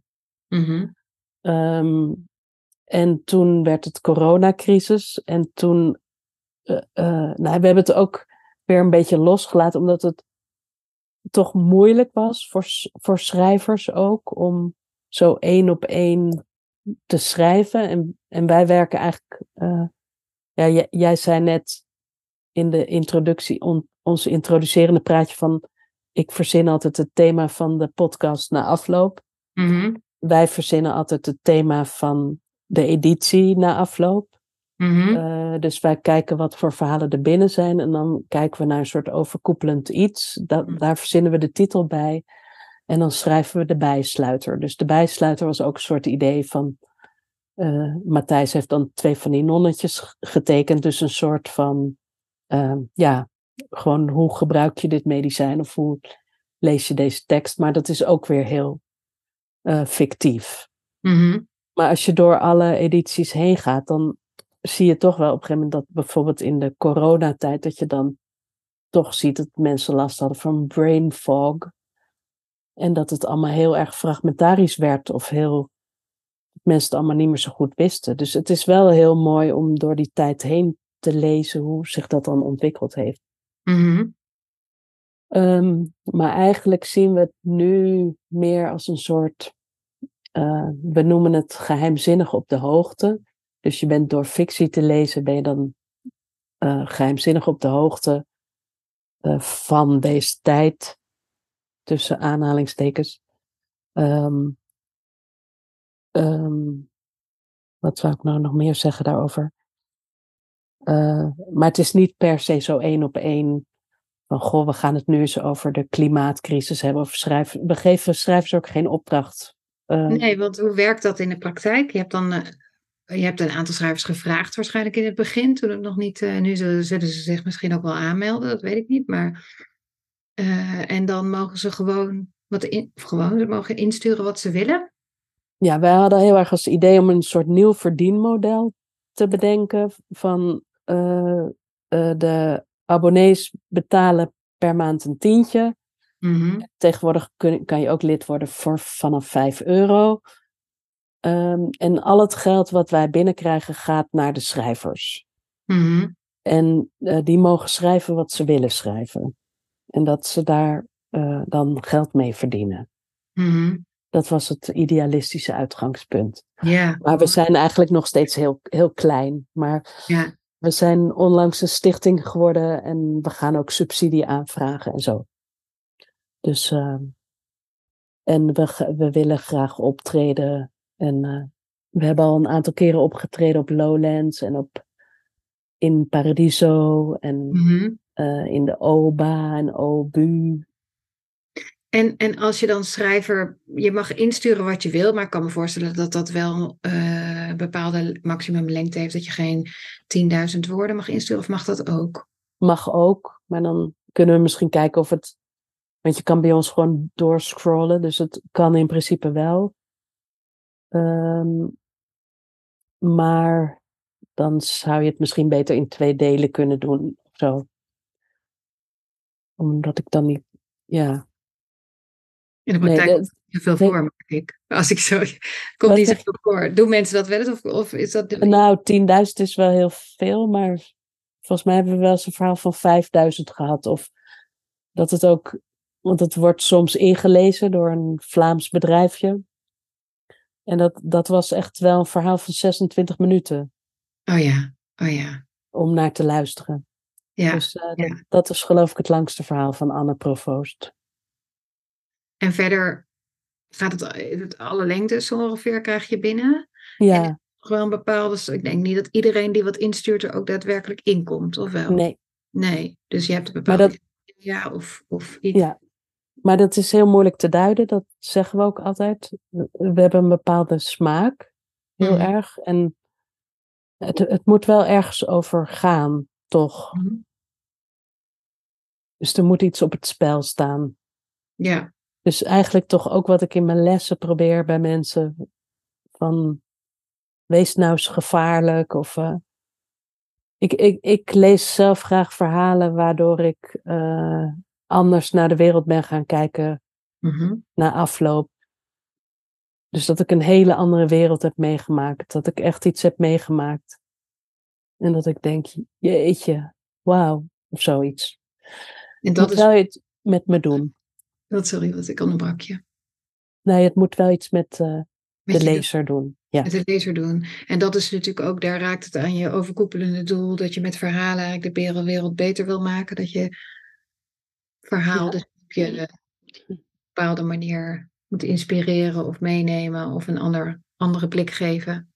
Speaker 1: En toen werd het coronacrisis. En toen... we hebben het ook weer een beetje losgelaten, omdat het toch moeilijk was voor schrijvers ook, om zo 1 op 1 te schrijven. En wij werken eigenlijk... jij zei net in de introductie, onze introducerende praatje van... Ik verzin altijd het thema van de podcast na afloop.
Speaker 2: Mm-hmm.
Speaker 1: Wij verzinnen altijd het thema van de editie na afloop.
Speaker 2: Mm-hmm.
Speaker 1: Dus wij kijken wat voor verhalen er binnen zijn. En dan kijken we naar een soort overkoepelend iets. Daar verzinnen we de titel bij. En dan schrijven we de bijsluiter. Dus de bijsluiter was ook een soort idee van... Matthijs heeft dan 2 van die nonnetjes getekend. Dus een soort van... gewoon hoe gebruik je dit medicijn? Of hoe lees je deze tekst? Maar dat is ook weer heel fictief.
Speaker 2: Mm-hmm.
Speaker 1: Maar als je door alle edities heen gaat... dan zie je toch wel op een gegeven moment... dat bijvoorbeeld in de coronatijd... dat je dan toch ziet dat mensen last hadden van brain fog. En dat het allemaal heel erg fragmentarisch werd. Of dat mensen het allemaal niet meer zo goed wisten. Dus het is wel heel mooi om door die tijd heen te lezen... hoe zich dat dan ontwikkeld heeft.
Speaker 2: Mm-hmm.
Speaker 1: Maar eigenlijk zien we het nu meer als een soort... we noemen het geheimzinnig op de hoogte. Dus je bent door fictie te lezen... ben je dan geheimzinnig op de hoogte... van deze tijd... tussen aanhalingstekens. Wat zou ik nou nog meer zeggen daarover? Maar het is niet per se zo 1 op 1... van goh, we gaan het nu eens over de klimaatcrisis hebben... of schrijven. We geven schrijvers ook geen opdracht.
Speaker 2: Nee, want hoe werkt dat in de praktijk? Je hebt een aantal schrijvers gevraagd waarschijnlijk in het begin, toen het nog niet... nu zullen ze zich misschien ook wel aanmelden, dat weet ik niet. Maar, en dan mogen ze gewoon ze mogen insturen wat ze willen.
Speaker 1: Ja, wij hadden heel erg als idee om een soort nieuw verdienmodel te bedenken. Van de abonnees betalen per maand een tientje.
Speaker 2: Mm-hmm.
Speaker 1: Tegenwoordig kan je ook lid worden voor vanaf €5. En al het geld wat wij binnenkrijgen gaat naar de schrijvers.
Speaker 2: Mm-hmm.
Speaker 1: En die mogen schrijven wat ze willen schrijven. En dat ze daar dan geld mee verdienen.
Speaker 2: Mm-hmm.
Speaker 1: Dat was het idealistische uitgangspunt.
Speaker 2: Ja.
Speaker 1: Maar we zijn eigenlijk nog steeds heel, heel klein. Maar
Speaker 2: Ja.
Speaker 1: we zijn onlangs een stichting geworden en we gaan ook subsidie aanvragen en zo. Dus, en we willen graag optreden. En we hebben al een aantal keren opgetreden op Lowlands en in Paradiso en
Speaker 2: Mm-hmm.
Speaker 1: in de OBA en OBU.
Speaker 2: En als je dan schrijver, je mag insturen wat je wil, maar ik kan me voorstellen dat dat wel een bepaalde maximumlengte heeft, dat je geen 10.000 woorden mag insturen, of mag dat ook?
Speaker 1: Mag ook, maar dan kunnen we misschien kijken of het... Want je kan bij ons gewoon doorscrollen, dus het kan in principe wel. Maar dan zou je het misschien beter in 2 delen kunnen doen. Of zo. Omdat ik dan niet... Ja.
Speaker 2: In de praktijk komt niet zoveel voor, merk ik. Als ik zo... Komt niet zoveel voor. Doen mensen dat wel eens? Of is dat...
Speaker 1: Nou, 10.000 is wel heel veel, maar volgens mij hebben we wel eens een verhaal van 5.000 gehad. Of dat het ook... Want het wordt soms ingelezen door een Vlaams bedrijfje. En dat was echt wel een verhaal van 26 minuten.
Speaker 2: Oh ja.
Speaker 1: Om naar te luisteren.
Speaker 2: Ja.
Speaker 1: Dus dat is geloof ik het langste verhaal van Anne Provoost.
Speaker 2: En verder gaat het alle lengtes ongeveer krijg je binnen.
Speaker 1: Ja.
Speaker 2: En wel een bepaalde... Ik denk niet dat iedereen die wat instuurt er ook daadwerkelijk inkomt, of wel? Nee. Dus je hebt een bepaalde... Ja, of iets.
Speaker 1: Ja. Maar dat is heel moeilijk te duiden, dat zeggen we ook altijd. We hebben een bepaalde smaak, heel erg. En het moet wel ergens over gaan, toch?
Speaker 2: Mm-hmm.
Speaker 1: Dus er moet iets op het spel staan.
Speaker 2: Ja.
Speaker 1: Dus eigenlijk toch ook wat ik in mijn lessen probeer bij mensen. Van, wees nou eens gevaarlijk. Of, ik lees zelf graag verhalen waardoor ik anders naar de wereld ben gaan kijken.
Speaker 2: Mm-hmm.
Speaker 1: Na afloop. Dus dat ik een hele andere wereld heb meegemaakt. Dat ik echt iets heb meegemaakt. En dat ik denk, jeetje, wauw, of zoiets. En dat moet wel iets met me doen.
Speaker 2: Sorry, want ik onderbrak je.
Speaker 1: Nee, het moet wel iets met de lezer doen.
Speaker 2: met de lezer doen. En dat is natuurlijk ook, daar raakt het aan je overkoepelende doel, dat je met verhalen eigenlijk de wereld beter wil maken. Dat je verhaal dus op je bepaalde manier moet inspireren of meenemen of een andere blik geven.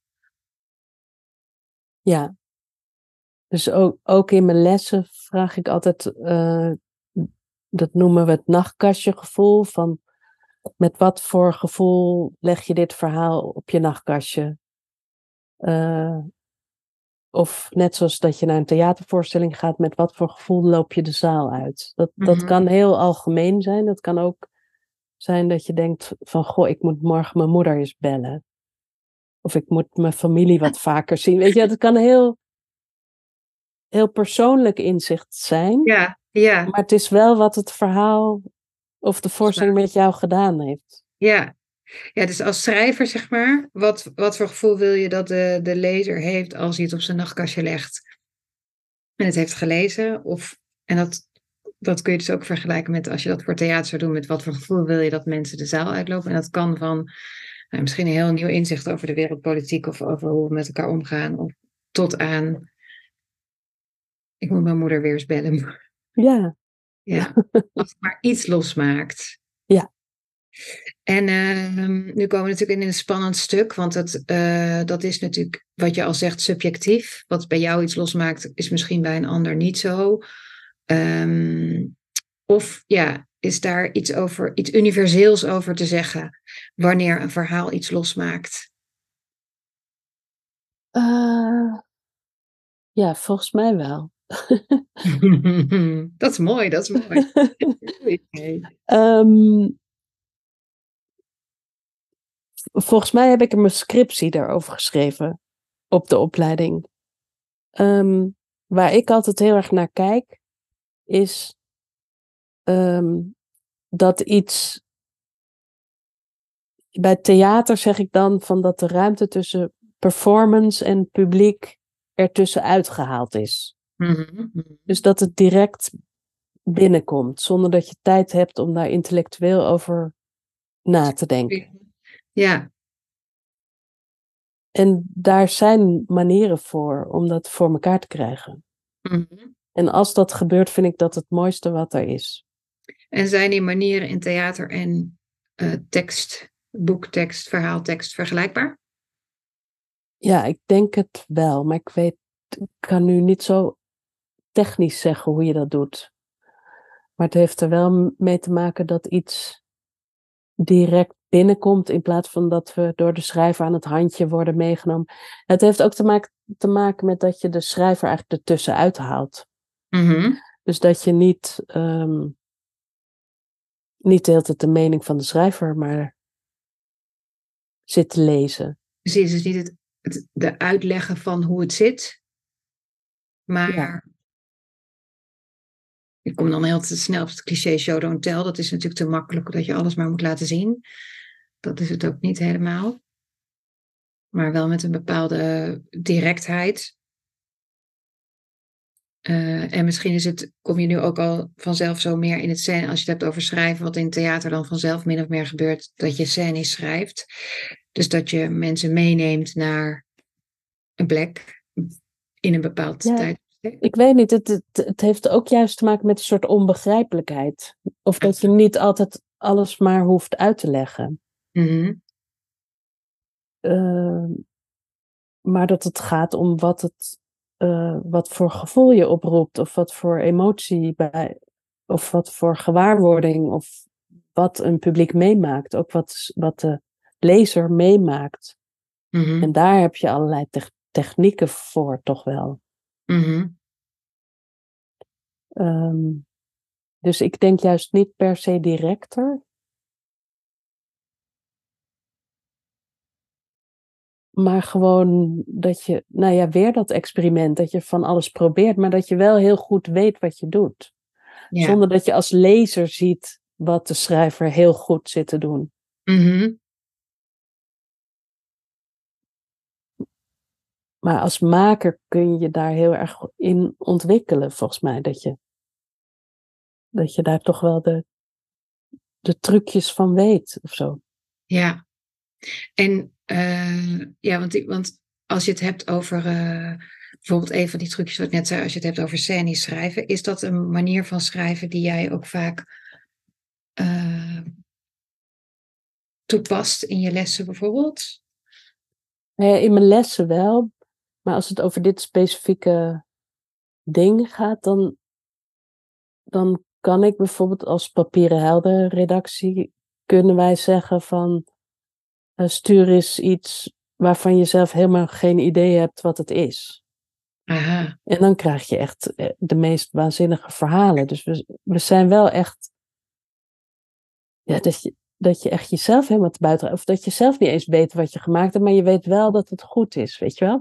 Speaker 1: Ja. Dus ook in mijn lessen vraag ik altijd, dat noemen we het nachtkastjegevoel, van met wat voor gevoel leg je dit verhaal op je nachtkastje? Of net zoals dat je naar een theatervoorstelling gaat, met wat voor gevoel loop je de zaal uit? Dat kan heel algemeen zijn. Dat kan ook zijn dat je denkt van, goh, ik moet morgen mijn moeder eens bellen. Of ik moet mijn familie wat vaker zien. Weet je, het kan heel persoonlijk inzicht zijn.
Speaker 2: Ja.
Speaker 1: Maar het is wel wat het verhaal of de voorstelling met jou gedaan heeft.
Speaker 2: Ja, dus als schrijver, zeg maar, wat voor gevoel wil je dat de lezer heeft als hij het op zijn nachtkastje legt en het heeft gelezen? En dat kun je dus ook vergelijken met als je dat voor theater zou doen, met wat voor gevoel wil je dat mensen de zaal uitlopen? En dat kan van misschien een heel nieuw inzicht over de wereldpolitiek of over hoe we met elkaar omgaan, of tot aan, ik moet mijn moeder weer eens bellen.
Speaker 1: Ja.
Speaker 2: Ja, als het maar iets losmaakt.
Speaker 1: Ja.
Speaker 2: En nu komen we natuurlijk in een spannend stuk, want dat is natuurlijk, wat je al zegt, subjectief. Wat bij jou iets losmaakt, is misschien bij een ander niet zo. Is daar iets universeels over te zeggen, wanneer een verhaal iets losmaakt?
Speaker 1: Ja, volgens mij wel.
Speaker 2: Dat is mooi, dat is mooi.
Speaker 1: Volgens mij heb ik mijn scriptie daarover geschreven op de opleiding. Waar ik altijd heel erg naar kijk, is dat iets. Bij theater zeg ik dan van dat de ruimte tussen performance en publiek ertussen uitgehaald is. Dus dat het direct binnenkomt, zonder dat je tijd hebt om daar intellectueel over na te denken.
Speaker 2: Ja.
Speaker 1: En daar zijn manieren voor om dat voor elkaar te krijgen. En als dat gebeurt, vind ik dat het mooiste wat er is.
Speaker 2: En zijn die manieren in theater en tekst, boektekst, verhaaltekst vergelijkbaar?
Speaker 1: Ja, ik denk het wel, maar ik kan nu niet zo technisch zeggen hoe je dat doet. Maar het heeft er wel mee te maken dat iets direct binnenkomt in plaats van dat we door de schrijver aan het handje worden meegenomen. Het heeft ook te maken met dat je de schrijver eigenlijk ertussen uithaalt. Dus dat je niet de hele tijd de mening van de schrijver maar zit te lezen.
Speaker 2: Precies, dus niet de uitleggen van hoe het zit, maar
Speaker 1: ja.
Speaker 2: Ik kom dan heel te snel op het cliché show don't tell. Dat is natuurlijk te makkelijk dat je alles maar moet laten zien. Dat is het ook niet helemaal. Maar wel met een bepaalde directheid. En misschien kom je nu ook al vanzelf zo meer in het scène, als je het hebt over schrijven, wat in het theater dan vanzelf min of meer gebeurt, dat je scènes schrijft. Dus dat je mensen meeneemt naar een plek in een bepaald tijd.
Speaker 1: Ik weet niet, het heeft ook juist te maken met een soort onbegrijpelijkheid. Of dat je niet altijd alles maar hoeft uit te leggen. Maar dat het gaat om wat voor gevoel je oproept, of wat voor emotie of wat voor gewaarwording, of wat een publiek meemaakt. Ook wat de lezer meemaakt. En daar heb je allerlei technieken voor, toch wel. Dus ik denk juist niet per se directer. Maar gewoon dat je, weer dat experiment, dat je van alles probeert, maar dat je wel heel goed weet wat je doet. Ja. Zonder dat je als lezer ziet wat de schrijver heel goed zit te doen. Maar als maker kun je daar heel erg in ontwikkelen, volgens mij. Dat je daar toch wel de trucjes van weet, of zo.
Speaker 2: Ja. En want als je het hebt over bijvoorbeeld een van die trucjes wat ik net zei, als je het hebt over scènisch schrijven, is dat een manier van schrijven die jij ook vaak toepast in je lessen bijvoorbeeld?
Speaker 1: In mijn lessen wel, maar als het over dit specifieke ding gaat, dan kan ik bijvoorbeeld als Papieren Helden redactie, kunnen wij zeggen van stuur eens iets waarvan je zelf helemaal geen idee hebt wat het is.
Speaker 2: Aha.
Speaker 1: En dan krijg je echt de meest waanzinnige verhalen. Dus we zijn wel echt, ja, dat je echt jezelf helemaal te buiten, of dat je zelf niet eens weet wat je gemaakt hebt, maar je weet wel dat het goed is, weet je wel?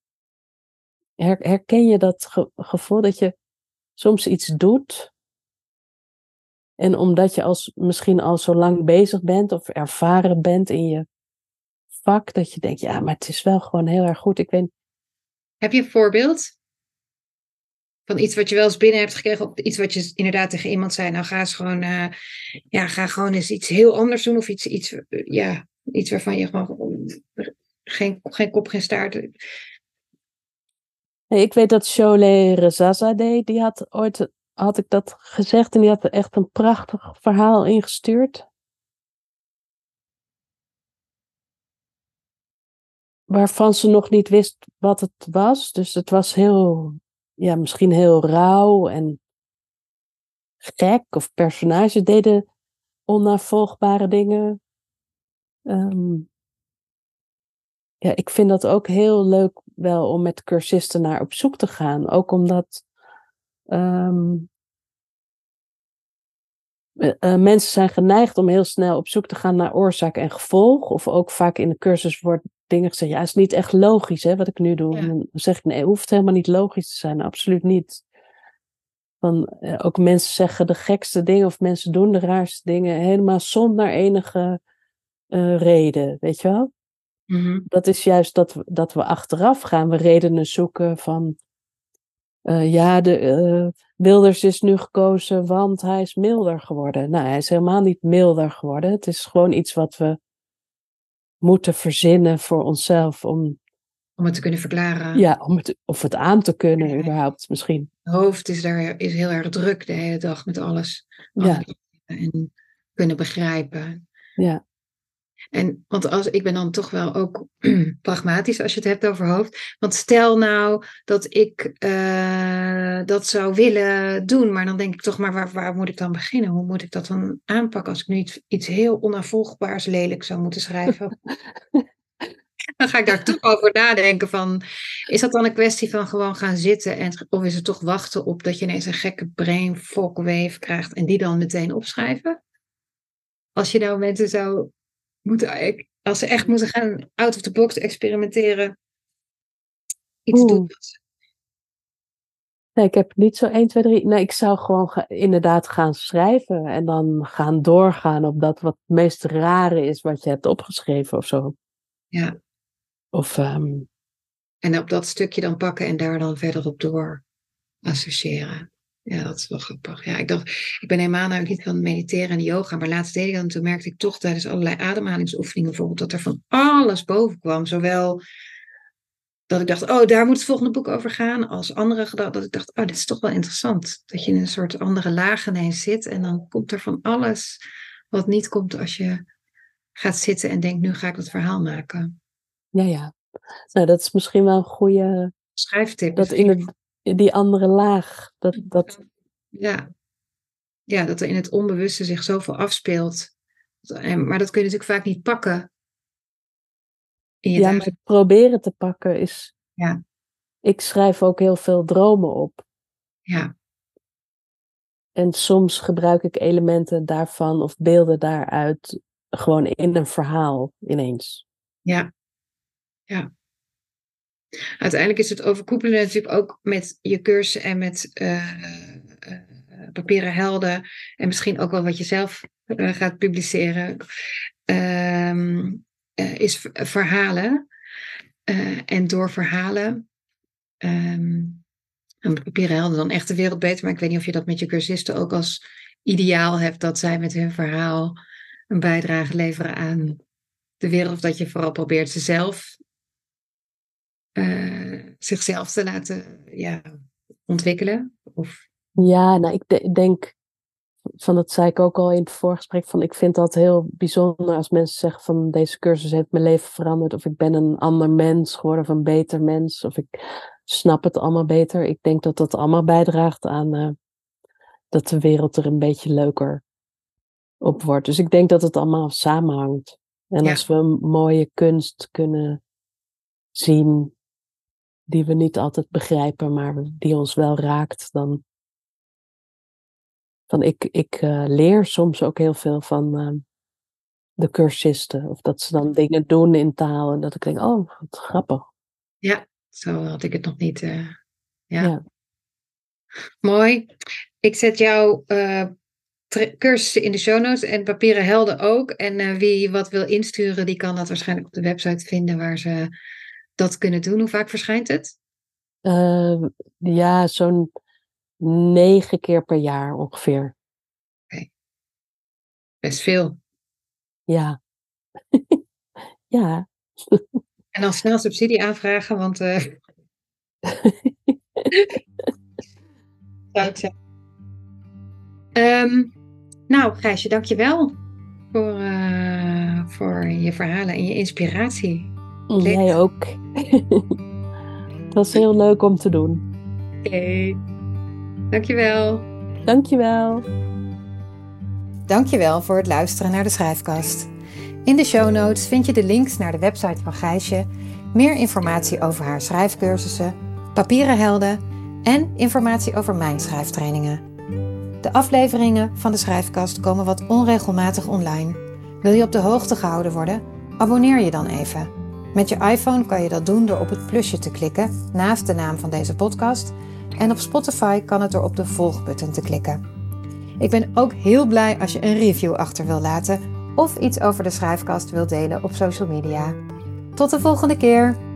Speaker 1: Herken je dat gevoel dat je soms iets doet en omdat je misschien al zo lang bezig bent of ervaren bent in je vak, dat je denkt, ja, maar het is wel gewoon heel erg goed.
Speaker 2: Heb je een voorbeeld van iets wat je wel eens binnen hebt gekregen, of iets wat je inderdaad tegen iemand zei, nou ga eens gewoon, ga gewoon eens iets heel anders doen, of iets waarvan je gewoon geen kop, geen staart.
Speaker 1: Nee, ik weet dat Sholeh Rezazadeh, die had ik dat gezegd en die had echt een prachtig verhaal ingestuurd. Waarvan ze nog niet wist wat het was. Dus het was misschien heel rauw en gek. Of personages deden onnavolgbare dingen. Ik vind dat ook heel leuk wel om met cursisten naar op zoek te gaan. Ook omdat mensen zijn geneigd om heel snel op zoek te gaan naar oorzaak en gevolg. Of ook vaak in de cursus wordt dingen gezegd, ja, het is niet echt logisch hè, wat ik nu doe. Ja. Dan zeg ik, nee, het hoeft helemaal niet logisch te zijn, absoluut niet. Ook mensen zeggen de gekste dingen of mensen doen de raarste dingen helemaal zonder enige reden, weet je wel?
Speaker 2: Mm-hmm.
Speaker 1: Dat is juist dat we achteraf gaan, we redenen zoeken van Wilders is nu gekozen, want hij is milder geworden. Nou, hij is helemaal niet milder geworden. Het is gewoon iets wat we moeten verzinnen voor onszelf. Om
Speaker 2: het te kunnen verklaren.
Speaker 1: Ja, of het aan te kunnen überhaupt misschien.
Speaker 2: Het hoofd is heel erg druk de hele dag met alles.
Speaker 1: Ja.
Speaker 2: En kunnen begrijpen.
Speaker 1: Ja.
Speaker 2: Want ik ben dan toch wel ook pragmatisch als je het hebt over hoofd. Want stel nou dat ik dat zou willen doen. Maar dan denk ik toch, maar waar moet ik dan beginnen? Hoe moet ik dat dan aanpakken als ik nu iets heel onafvolgbaars lelijk zou moeten schrijven? Dan ga ik daar toch over nadenken van, is dat dan een kwestie van gewoon gaan zitten of is het toch wachten op dat je ineens een gekke brain fog wave krijgt en die dan meteen opschrijven? Als je nou mensen zou moeten, als ze echt moeten gaan out of the box experimenteren, iets doen.
Speaker 1: Nee, ik heb niet zo 1, 2, 3. Nee, ik zou gewoon inderdaad gaan schrijven en dan gaan doorgaan op dat wat het meest rare is wat je hebt opgeschreven of zo.
Speaker 2: Ja.
Speaker 1: Of,
Speaker 2: en op dat stukje dan pakken en daar dan verder op door associëren. Ja, dat is wel grappig. Ja, ik ben helemaal nou niet van mediteren en yoga, maar laatst deed ik dat en toen merkte ik toch tijdens allerlei ademhalingsoefeningen bijvoorbeeld dat er van alles boven kwam. Zowel dat ik dacht, oh, daar moet het volgende boek over gaan, als andere gedachten dat ik dacht, oh, dit is toch wel interessant. Dat je in een soort andere laag ineens zit en dan komt er van alles wat niet komt als je gaat zitten en denkt, nu ga ik dat verhaal maken.
Speaker 1: Ja. Nou, dat is misschien wel een goede
Speaker 2: schrijftip.
Speaker 1: Dat in die andere laag.
Speaker 2: Ja, dat er in het onbewuste zich zoveel afspeelt. Maar dat kun je natuurlijk vaak niet pakken.
Speaker 1: Maar proberen te pakken is...
Speaker 2: Ja.
Speaker 1: Ik schrijf ook heel veel dromen op.
Speaker 2: Ja.
Speaker 1: En soms gebruik ik elementen daarvan of beelden daaruit gewoon in een verhaal ineens.
Speaker 2: Ja. Uiteindelijk is het overkoepelende natuurlijk ook met je cursus en met Papieren Helden. En misschien ook wel wat je zelf gaat publiceren. Is verhalen. En door verhalen. En Papieren Helden dan echt de wereld beter. Maar ik weet niet of je dat met je cursisten ook als ideaal hebt. Dat zij met hun verhaal een bijdrage leveren aan de wereld, of dat je vooral probeert zichzelf te laten ontwikkelen? Of...
Speaker 1: Ja, nou, ik denk, dat zei ik ook al in het voorgesprek, van ik vind dat heel bijzonder als mensen zeggen van deze cursus heeft mijn leven veranderd, of ik ben een ander mens geworden, of een beter mens, of ik snap het allemaal beter. Ik denk dat dat allemaal bijdraagt aan dat de wereld er een beetje leuker op wordt. Dus ik denk dat het allemaal samenhangt. En als we mooie kunst kunnen zien, die we niet altijd begrijpen, maar die ons wel raakt, dan ik leer soms ook heel veel van de cursisten. Of dat ze dan dingen doen in taal en dat ik denk, oh, wat grappig.
Speaker 2: Ja, zo had ik het nog niet.
Speaker 1: Ja.
Speaker 2: Mooi. Ik zet jouw cursussen in de show notes en Papieren Helden ook. En wie wat wil insturen, die kan dat waarschijnlijk op de website vinden waar ze dat kunnen doen. Hoe vaak verschijnt het?
Speaker 1: Ja, zo'n 9 keer per jaar ongeveer.
Speaker 2: Okay. Best veel.
Speaker 1: Ja. Ja.
Speaker 2: En dan snel subsidie aanvragen, want zou ik zeggen. Nou, Gijsje, dankjewel voor je verhalen en je inspiratie.
Speaker 1: Jij ook. Het was heel leuk om te doen.
Speaker 2: Oké. Dankjewel.
Speaker 1: Dankjewel.
Speaker 3: Dankjewel voor het luisteren naar de Schrijfkast. In de show notes vind je de links naar de website van Gijsje, meer informatie over haar schrijfcursussen, Papieren Helden en informatie over mijn schrijftrainingen. De afleveringen van de Schrijfkast komen wat onregelmatig online. Wil je op de hoogte gehouden worden? Abonneer je dan even. Met je iPhone kan je dat doen door op het plusje te klikken naast de naam van deze podcast. En op Spotify kan het door op de volgbutton te klikken. Ik ben ook heel blij als je een review achter wil laten of iets over de Schrijfkast wilt delen op social media. Tot de volgende keer!